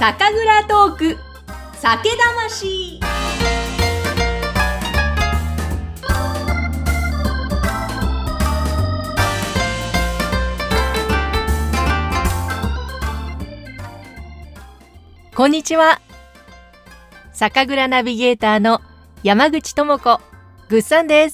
酒蔵トーク酒魂。こんにちは。酒蔵ナビゲーターの山口智子ぐっさんです。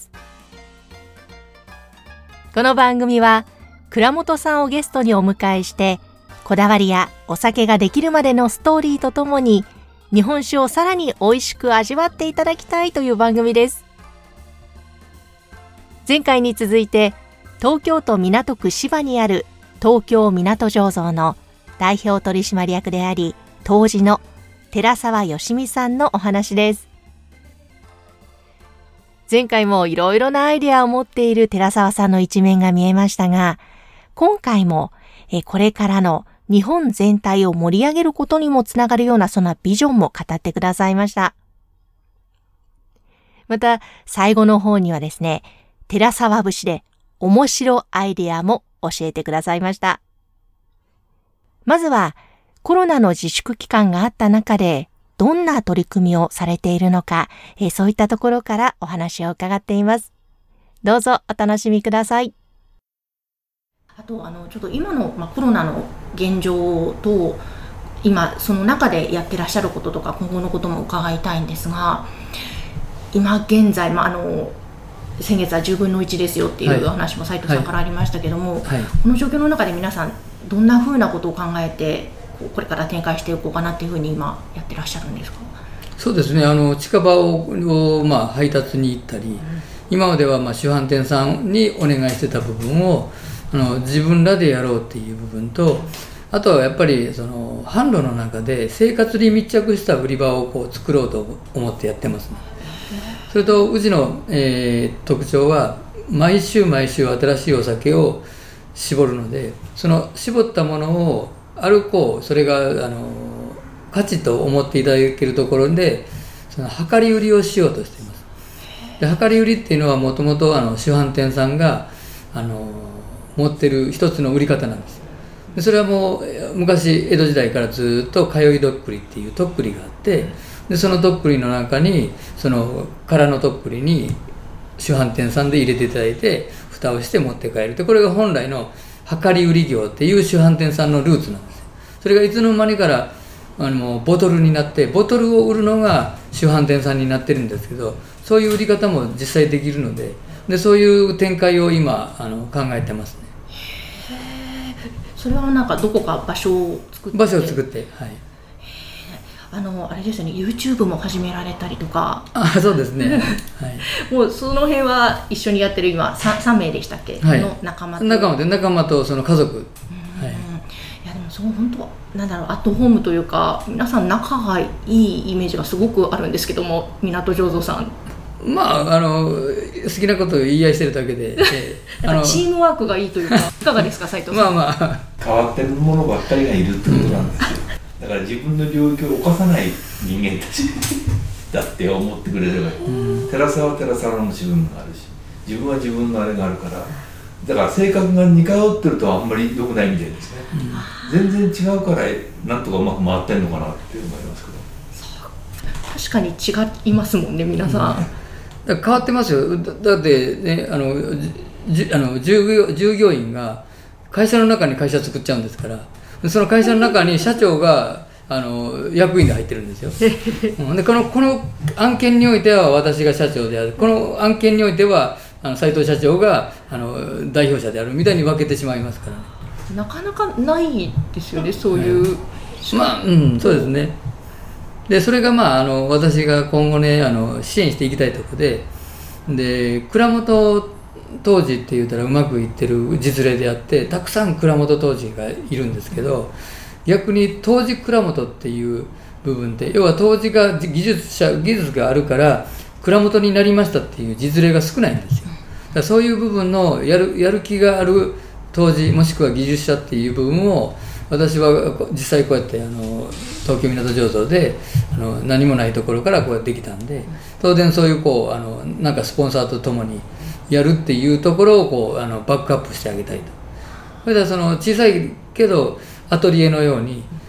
この番組は蔵元さんをゲストにお迎えして、こだわりやお酒ができるまでのストーリーとともに日本酒をさらに美味しく味わっていただきたいという番組です。前回に続いて、東京都港区芝にある東京港醸造の代表取締役であり杜氏の寺澤義美さんのお話です。前回もいろいろなアイデアを持っている寺澤さんの一面が見えましたが、今回もこれからの日本全体を盛り上げることにもつながるようなそんなビジョンも語ってくださいました。また最後の方にはですね、寺澤節で面白アイデアも教えてくださいました。まずはコロナの自粛期間があった中でどんな取り組みをされているのか、そういったところからお話を伺っています。どうぞお楽しみください。あとちょっと今の、コロナの現状と今その中でやってらっしゃることとか今後のことも伺いたいんですが、今現在、先月は10分の1ですよっていう話も斉藤さんからありましたけども、この状況の中で皆さんどんなふうなことを考えてこれから展開していこうかなっていうふうに今やってらっしゃるんですか？ そうですね、近場を配達に行ったり、今までは主販店さんにお願いしてた部分を自分らでやろうっていう部分と、あとはやっぱりその販路の中で生活に密着した売り場を作ろうと思ってやってますね。それとうちの、特徴は毎週新しいお酒を絞るので、その絞ったものをそれが価値と思っていただけるところでその量り売りをしようとしています。で、量り売りっていうのはもともと主販店さんが持ってる一つの売り方なんです。でそれはもう昔江戸時代からずっと通いどっくりっていうとっくりがあって、でそのとっくりの中にその空のとっくりに主販店さんで入れていただいて蓋をして持って帰るって、これが本来の量り売り業っていう主販店さんのルーツなんです。それがいつの間にからボトルになって、ボトルを売るのが主販店さんになってるんですけど、そういう売り方も実際できるので、そういう展開を今考えてますね。 それはなんかどこか場所を作って、 はい。 あれですよね、YouTube も始められたりとか。 そうですね、はい、 もうその辺は一緒にやってる今 3名でしたっけ、 はい、 の仲間とその家族、 いやでもそう本当アットホームというか、皆さん仲がいいイメージがすごくあるんですけども、港醸造さん好きなことを言い合いしてるだけでチームワークがいいというかいかがですか斉藤さん？ 変わってるものばっかりがいるってことなんですよ。だから自分の領域を犯さない人間たちだって思ってくれればいい。寺澤は寺澤の自分があるし、自分は自分のあれがあるから、だから性格が似通ってるとあんまり良くないみたいですね。全然違うからなんとかうまく回ってんのかなって思いますけど。 確かに違いますもんね、皆さん。 だから変わってますよ。だってね、従業員が会社の中に会社作っちゃうんですから、その会社の中に社長が役員で入ってるんですよ。でこの案件においては私が社長である、この案件においては斉藤社長が代表者であるみたいに分けてしまいますからね。 なかなかないですよね、そういう、 そうですね。でそれが私が今後ね支援していきたいところで、蔵元杜氏って言ったらうまくいってる実例であって、たくさん蔵元杜氏がいるんですけど、逆に杜氏蔵元っていう部分って、要は杜氏が技術があるから蔵元になりましたっていう実例が少ないんですよ。だからそういう部分のやる気がある杜氏もしくは技術者っていう部分を私は実際こうやって東京港醸造で何もないところからこうやってできたんで、当然そういうなんかスポンサーとともにやるっていうところをバックアップしてあげたいと。それでは小さいけどアトリエのように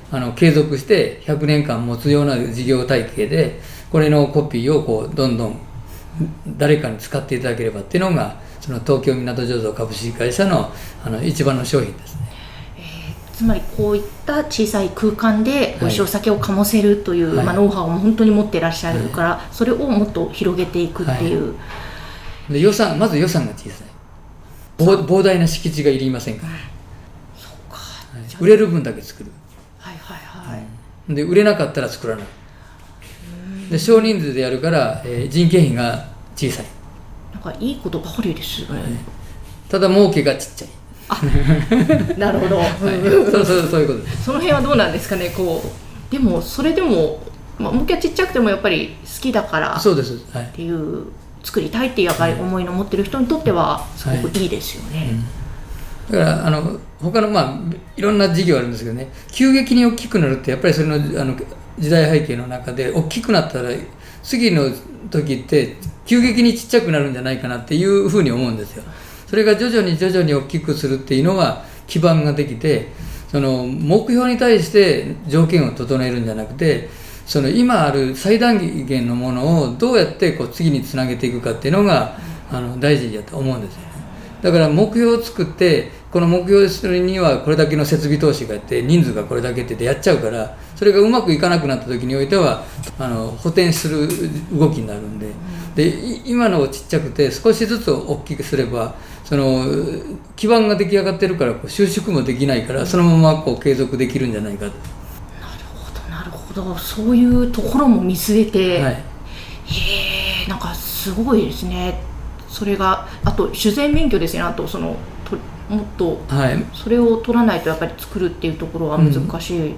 継続して100年間持つような事業体系で、これのコピーをこうどんどん誰かに使っていただければっていうのが、その東京港醸造株式会社の一番の商品ですね。 つまりこういった小さい空間で美味しいお酒を醸せるという、ノウハウを本当に持っていらっしゃるから、それをもっと広げていくっていう、 でまず予算が小さい、膨大な敷地がいりませんから、 そうか、 売れる分だけ作る、で売れなかったら作らない、で少人数でやるから、人件費が小さい、 なんかいいことばかりですよね。 ただ儲けがちっちゃい。 なるほど、 そういうことです。 その辺はどうなんですかね。でもそれでも、儲けはちっちゃくてもやっぱり好きだからっていう、作りたいっていうやっぱり思いの持ってる人にとってはすごくいいですよね。 だから他のいろんな事業あるんですけどね、急激に大きくなるってやっぱりそれの時代背景の中で、大きくなったら次の時って急激にちっちゃくなるんじゃないかなっていうふうに思うんですよ。それが徐々に大きくするっていうのは基盤ができて、その目標に対して条件を整えるんじゃなくて、その今ある最大限のものをどうやって次につなげていくかっていうのが大事だと思うんですよね。だから目標を作って、この目標をするにはこれだけの設備投資があって人数がこれだけってやっちゃうから、それがうまくいかなくなった時においては補填する動きになるんで、今のちっちゃくて少しずつ大きくすれば、その基盤が出来上がってるから収縮もできないから、そのまま継続できるんじゃないかと。 なるほど、そういうところも見据えて、なんかすごいですね。それがあと酒税免許ですね。あともっとそれを取らないとやっぱり作るっていうところは難しい。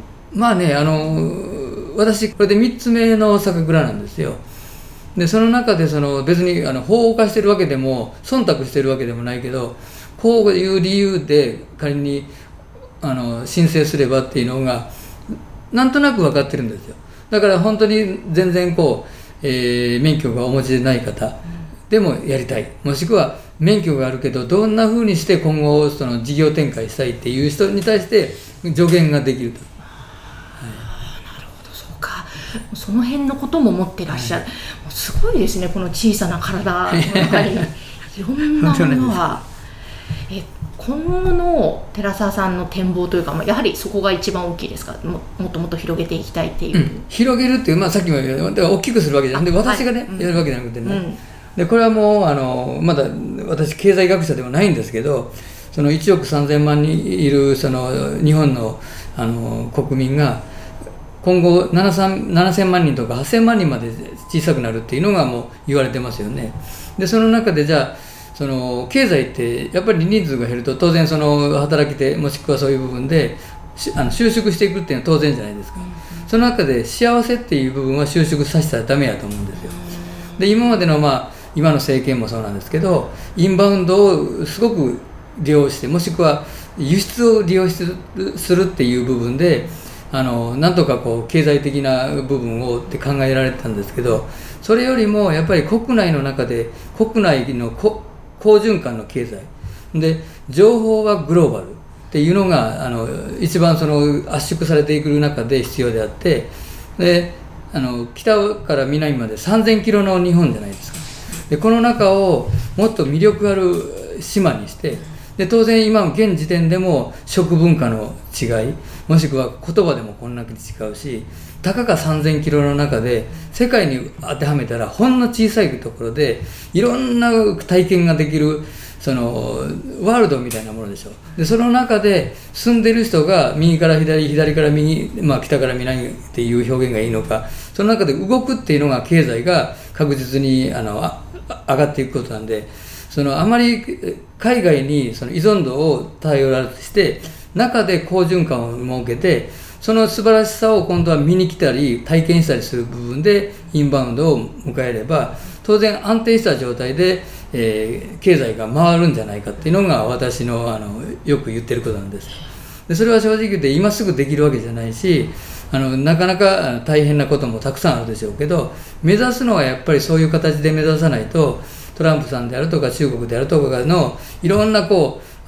私これで3つ目の酒蔵なんですよ。でその中で別に法を犯してるわけでも忖度してるわけでもないけど、こういう理由で仮に申請すればっていうのがなんとなく分かってるんですよ。だから本当に全然免許がお持ちでない方でもやりたい、もしくは免許があるけどどんな風にして今後事業展開したいっていう人に対して助言ができると。なるほど、そうか。その辺のことも持ってらっしゃる。もうすごいですね、この小さな体の中にいろんなものは。今後の寺澤さんの展望というか、やはりそこが一番大きいですか。もっともっと広げていきたいっていう、 広げるっていう、さっきも言った大きくするわけじゃなくて、私がね、やるわけじゃなくてね、でこれはもうまだ私経済学者でもないんですけど、その1億3000万人いる日本の国民が今後7000万人とか8000万人まで小さくなるっていうのがもう言われてますよね。でその中でじゃあ経済ってやっぱり人数が減ると当然働き手もしくはそういう部分で収縮していくっていうのは当然じゃないですか。その中で幸せっていう部分は収縮させたらダメやと思うんですよ。で今までの今の政権もそうなんですけど、インバウンドをすごく利用して、もしくは輸出を利用するっていう部分でなんとか経済的な部分をって考えられてたんですけど、それよりもやっぱり国内の中で国内の好循環の経済で、情報はグローバルっていうのが一番圧縮されていく中で必要であって、で北から南まで3000キロの日本じゃないですか。でこの中をもっと魅力ある島にして、で当然今の現時点でも食文化の違い、もしくは言葉でもこんなに違うし、たかが3000キロの中で世界に当てはめたらほんの小さいところでいろんな体験ができるワールドみたいなものでしょ。でその中で住んでる人が右から左、左から右、北から南っていう表現がいいのか、その中で動くっていうのが経済が確実に上がっていくことなんで、あまり海外に依存度を頼らずして中で好循環を設けて、その素晴らしさを今度は見に来たり体験したりする部分でインバウンドを迎えれば、当然安定した状態で、経済が回るんじゃないかっていうのが私のよく言ってることなんです。でそれは正直言って今すぐできるわけじゃないし、なかなか大変なこともたくさんあるでしょうけど、目指すのはやっぱりそういう形で目指さないと、トランプさんであるとか中国であるとかのいろんな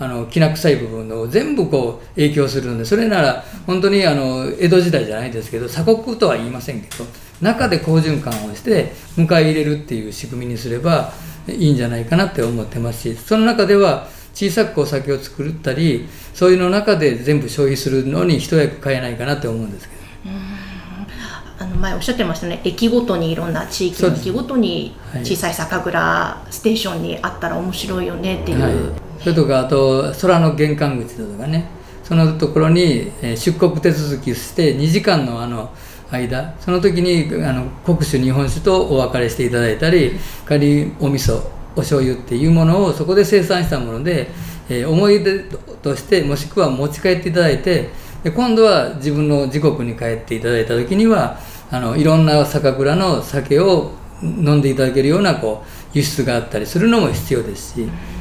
きな臭い部分を全部こう影響するので、それなら本当に江戸時代じゃないですけど、鎖国とは言いませんけど、中で好循環をして迎え入れるっていう仕組みにすればいいんじゃないかなって思ってますし、その中では小さくお酒を作ったり、そういうの中で全部消費するのに一役買えないかなって思うんですけど。 前おっしゃってましたね、駅ごとにいろんな地域の駅ごとに小さい酒蔵ステーションにあったら面白いよねっていう、はい、 それとかあと空の玄関口だとかね、そのところに出国手続きして2時間の間、その時に国酒日本酒とお別れしていただいたり、仮にお味噌お醤油っていうものをそこで生産したもので、思い出としてもしくは持ち帰っていただいて、で今度は自分の自国に帰っていただいた時にはいろんな酒蔵の酒を飲んでいただけるような輸出があったりするのも必要ですし、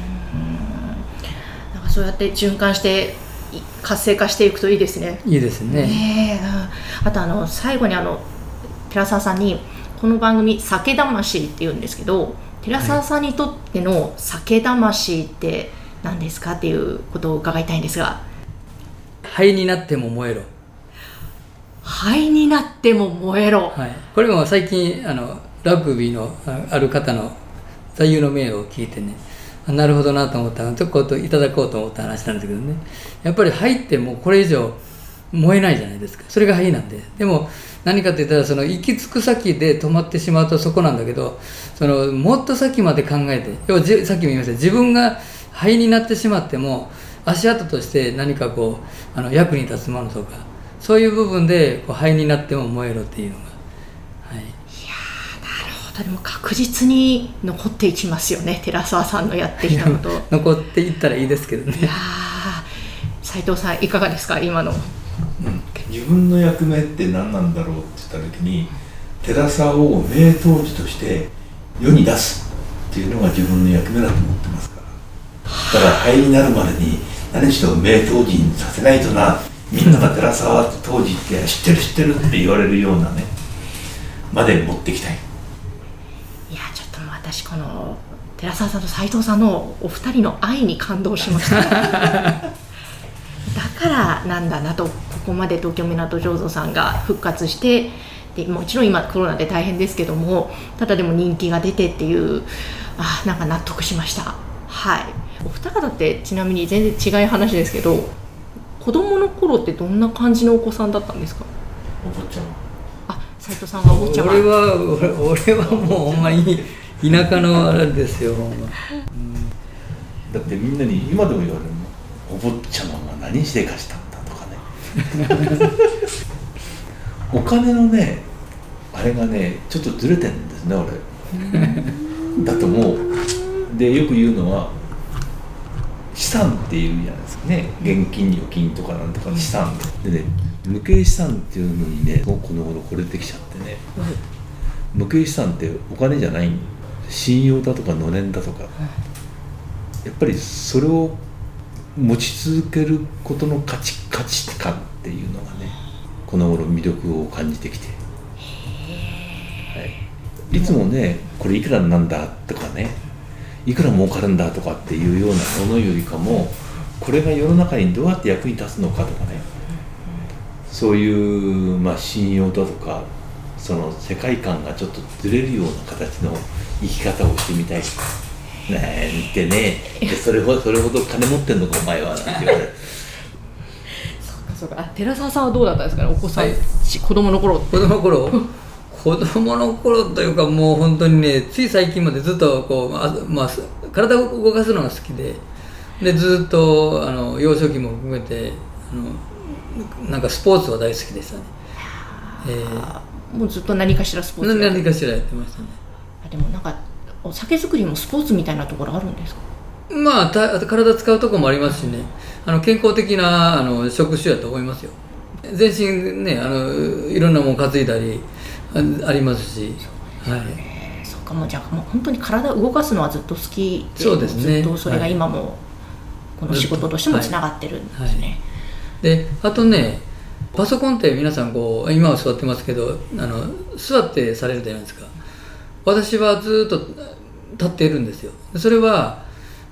なんかそうやって循環して活性化していくといいですね。 いいですね。 あと最後に寺澤さんにこの番組酒魂っていうんですけど、寺澤さんにとっての酒魂って何ですかっていうことを伺いたいんですが。 灰になっても燃えろ。 灰になっても燃えろ、 はい、これも最近ラグビーのある方の座右の銘を聞いてね、なるほどなと思ったのでちょっといただこうと思った話なんですけどね、やっぱり灰ってもうこれ以上燃えないじゃないですか。それが灰なんで。でも何かって言ったら行き着く先で止まってしまうとそこなんだけど、もっと先まで考えて、要はさっきも言いました、自分が灰になってしまっても足跡として何か役に立つものとか、そういう部分で灰になっても燃えろっていうのが、はい、いやなるほど。でも確実に残っていきますよね、寺澤さんのやってきたこと残っていったらいいですけどね。いや斉藤さんいかがですか今の、 自分の役目って何なんだろうって言った時に、寺澤を名杜氏として世に出すっていうのが自分の役目だと思ってますから。だから灰になるまでに何しろ名杜氏にさせないとな、みんなが寺澤杜氏って知ってるって言われるようなねまで持っていきたい。 いやちょっと私この寺澤さんと斉藤さんのお二人の愛に感動しましただからなんだなと、ここまで東京港醸造さんが復活して、でもちろん今コロナで大変ですけども、ただでも人気が出てっていう、なんか納得しました。はい。お二方ってちなみに全然違い話ですけど、子供の頃ってどんな感じのお子さんだったんですか？ お坊ちゃま。 斉藤さんはお坊ちゃま。 俺はもうほんまに田舎のあれですよ、ほんま。 だってみんなに今でも言われるの、お坊ちゃまが何してかしたんだとかねお金のねあれがねちょっとずれてるんですね俺だと思う。でよく言うのは資産っていうじゃないですかね、現金預金とかなんとか資産でね、無形資産っていうのにねこの頃これてきちゃってね、無形資産ってお金じゃない、信用だとかのれんだとか、やっぱりそれを持ち続けることの価値観っていうのがねこの頃魅力を感じてきて、はい、いつもねこれいくらなんだとかね、いくら儲かるんだとかっていうようなものよりかも、これが世の中にどうやって役に立つのかとかね、そういう、信用だとかその世界観がちょっとずれるような形の生き方をしてみたいなんてね、それほど金持ってんのかお前はなんて言われるそうか。寺澤さんはどうだったんですかね、お子さん、子供の頃というか、もう本当にね、つい最近までずっと体を動かすのが好きで、ずっと幼少期も含めてなんかスポーツは大好きでしたね。もうずっと何かしらスポーツ何かしらやってましたね。 でもなんかお酒作りもスポーツみたいなところあるんですか？ 体使うところもありますしね、健康的な職種やと思いますよ。全身ねいろんなもの担いだりありますし、はい。 そうか、もうじゃあもう本当に体を動かすのはずっと好きで、 そうですね、 ずっとそれが今もこの仕事としてもつながってるんですね。 であとね、パソコンって皆さん今は座ってますけど座ってされるじゃないですか。私はずっと立っているんですよ。それは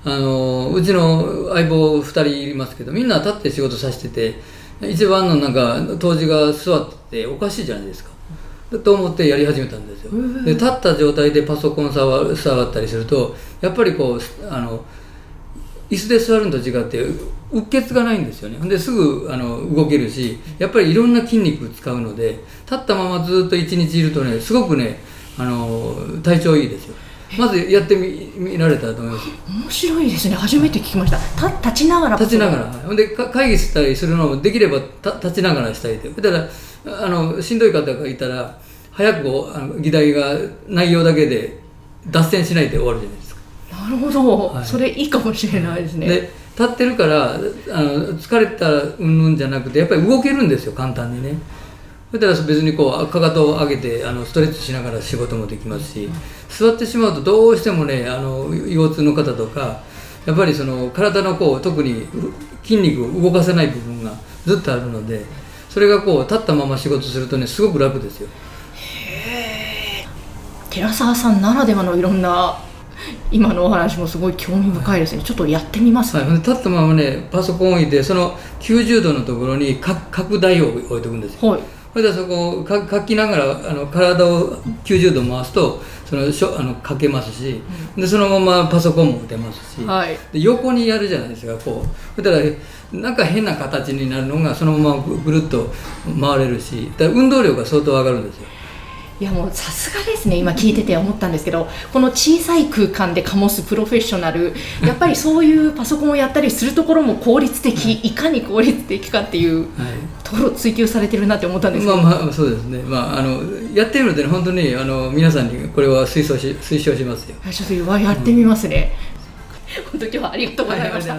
うちの相棒2人いますけど、みんな立って仕事させてて、一番のなんか当時が座っておかしいじゃないですかと思ってやり始めたんですよ。で立った状態でパソコン触ったりすると、やっぱりこう椅子で座るのと違ってうっ血がないんですよね。ですぐ動けるし、やっぱりいろんな筋肉使うので、立ったままずっと一日いるとね、すごくね体調いいですよ。まずやってみられたらと思います。 面白いですね。初めて聞きました。立ちながら。 立ちながら。ほんで会議したりするのもできれば立ちながらしたいで。だからしんどい方がいたら早く議題が内容だけで脱線しないで終わるじゃないですか。 なるほど、 はい、 それいいかもしれないですね。 で立ってるから疲れたうんぬんじゃなくて、やっぱり動けるんですよ、簡単にね。そしたら別にこうかかとを上げてストレッチしながら仕事もできますし、座ってしまうとどうしてもね腰痛の方とか、やっぱりその体のこう特に筋肉を動かせない部分がずっとあるので、それがこう立ったまま仕事するとね、すごく楽ですよ。 へー、寺澤さんならではのいろんな今のお話もすごい興味深いですね。はい、ちょっとやってみますね。 はい、立ったままねパソコンを置いて、その90度のところに拡大を置いておくんですよ。はい、それでそこを書きながら体を90度回すと書けますし、でそのままパソコンも打てますし、はい、で横にやるじゃないですか。こうだからなんか変な形になるのがそのままぐるっと回れるし、だから運動量が相当上がるんですよ。 いやもうさすがですね。今聞いてて思ったんですけど、この小さい空間で醸すプロフェッショナル、やっぱりそういうパソコンをやったりするところも効率的、はい、いかに効率的かっていうところを追求されてるなって思ったんですけど、 まあそうですね。やってるので、ね、本当に皆さんにこれは推奨しますよ。 ちょっとやってみますね。本当今日はありがとうございました。はい、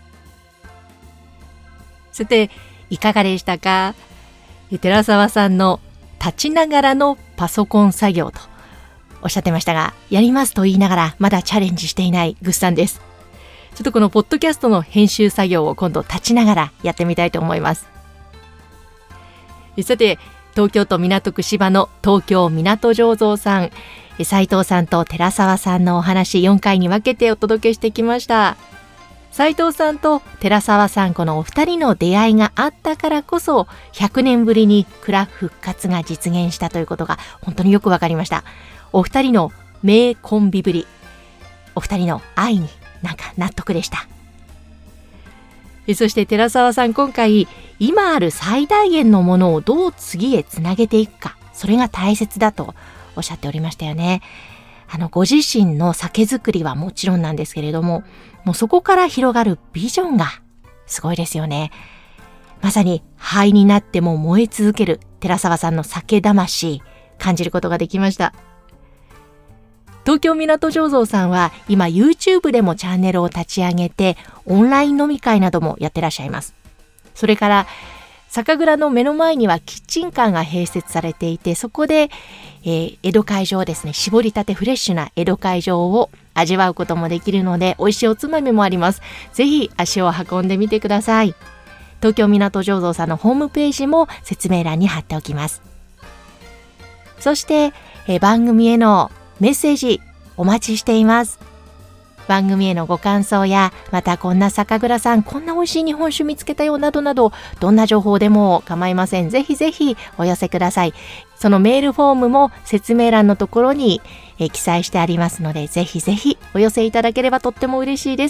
さていかがでしたか。寺澤さんの立ちながらのパソコン作業とおっしゃってましたが、やりますと言いながらまだチャレンジしていないぐっさんです。ちょっとこのポッドキャストの編集作業を今度立ちながらやってみたいと思います。さて東京都港区芝の東京港醸造さん、斉藤さんと寺澤さんのお話4回に分けてお届けしてきました。斉藤さんと寺澤さん、このお二人の出会いがあったからこそ100年ぶりに蔵復活が実現したということが本当によく分かりました。お二人の名コンビぶり、お二人の愛になんか納得でした。そして寺澤さん、今回今ある最大限のものをどう次へつなげていくか、それが大切だとおっしゃっておりましたよね。ご自身の酒造りはもちろんなんですけれども、もうそこから広がるビジョンがすごいですよね。まさに灰になっても燃え続ける寺澤さんの酒魂、感じることができました。東京港醸造さんは今 YouTube でもチャンネルを立ち上げて、オンライン飲み会などもやってらっしゃいます。それから酒蔵の目の前にはキッチンカーが併設されていて、そこで、江戸海醸ですね、絞りたてフレッシュな江戸海醸を味わうこともできるので、美味しいおつまみもあります。ぜひ足を運んでみてください。東京港醸造さんのホームページも説明欄に貼っておきます。そして、番組へのメッセージお待ちしています。番組へのご感想や、またこんな酒蔵さん、こんな美味しい日本酒見つけたよなどなど、どんな情報でも構いません。ぜひぜひお寄せください。そのメールフォームも説明欄のところに記載してありますので、ぜひぜひお寄せいただければとっても嬉しいです。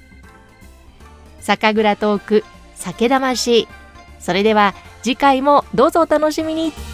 酒蔵トーク、酒魂。それでは次回もどうぞお楽しみに。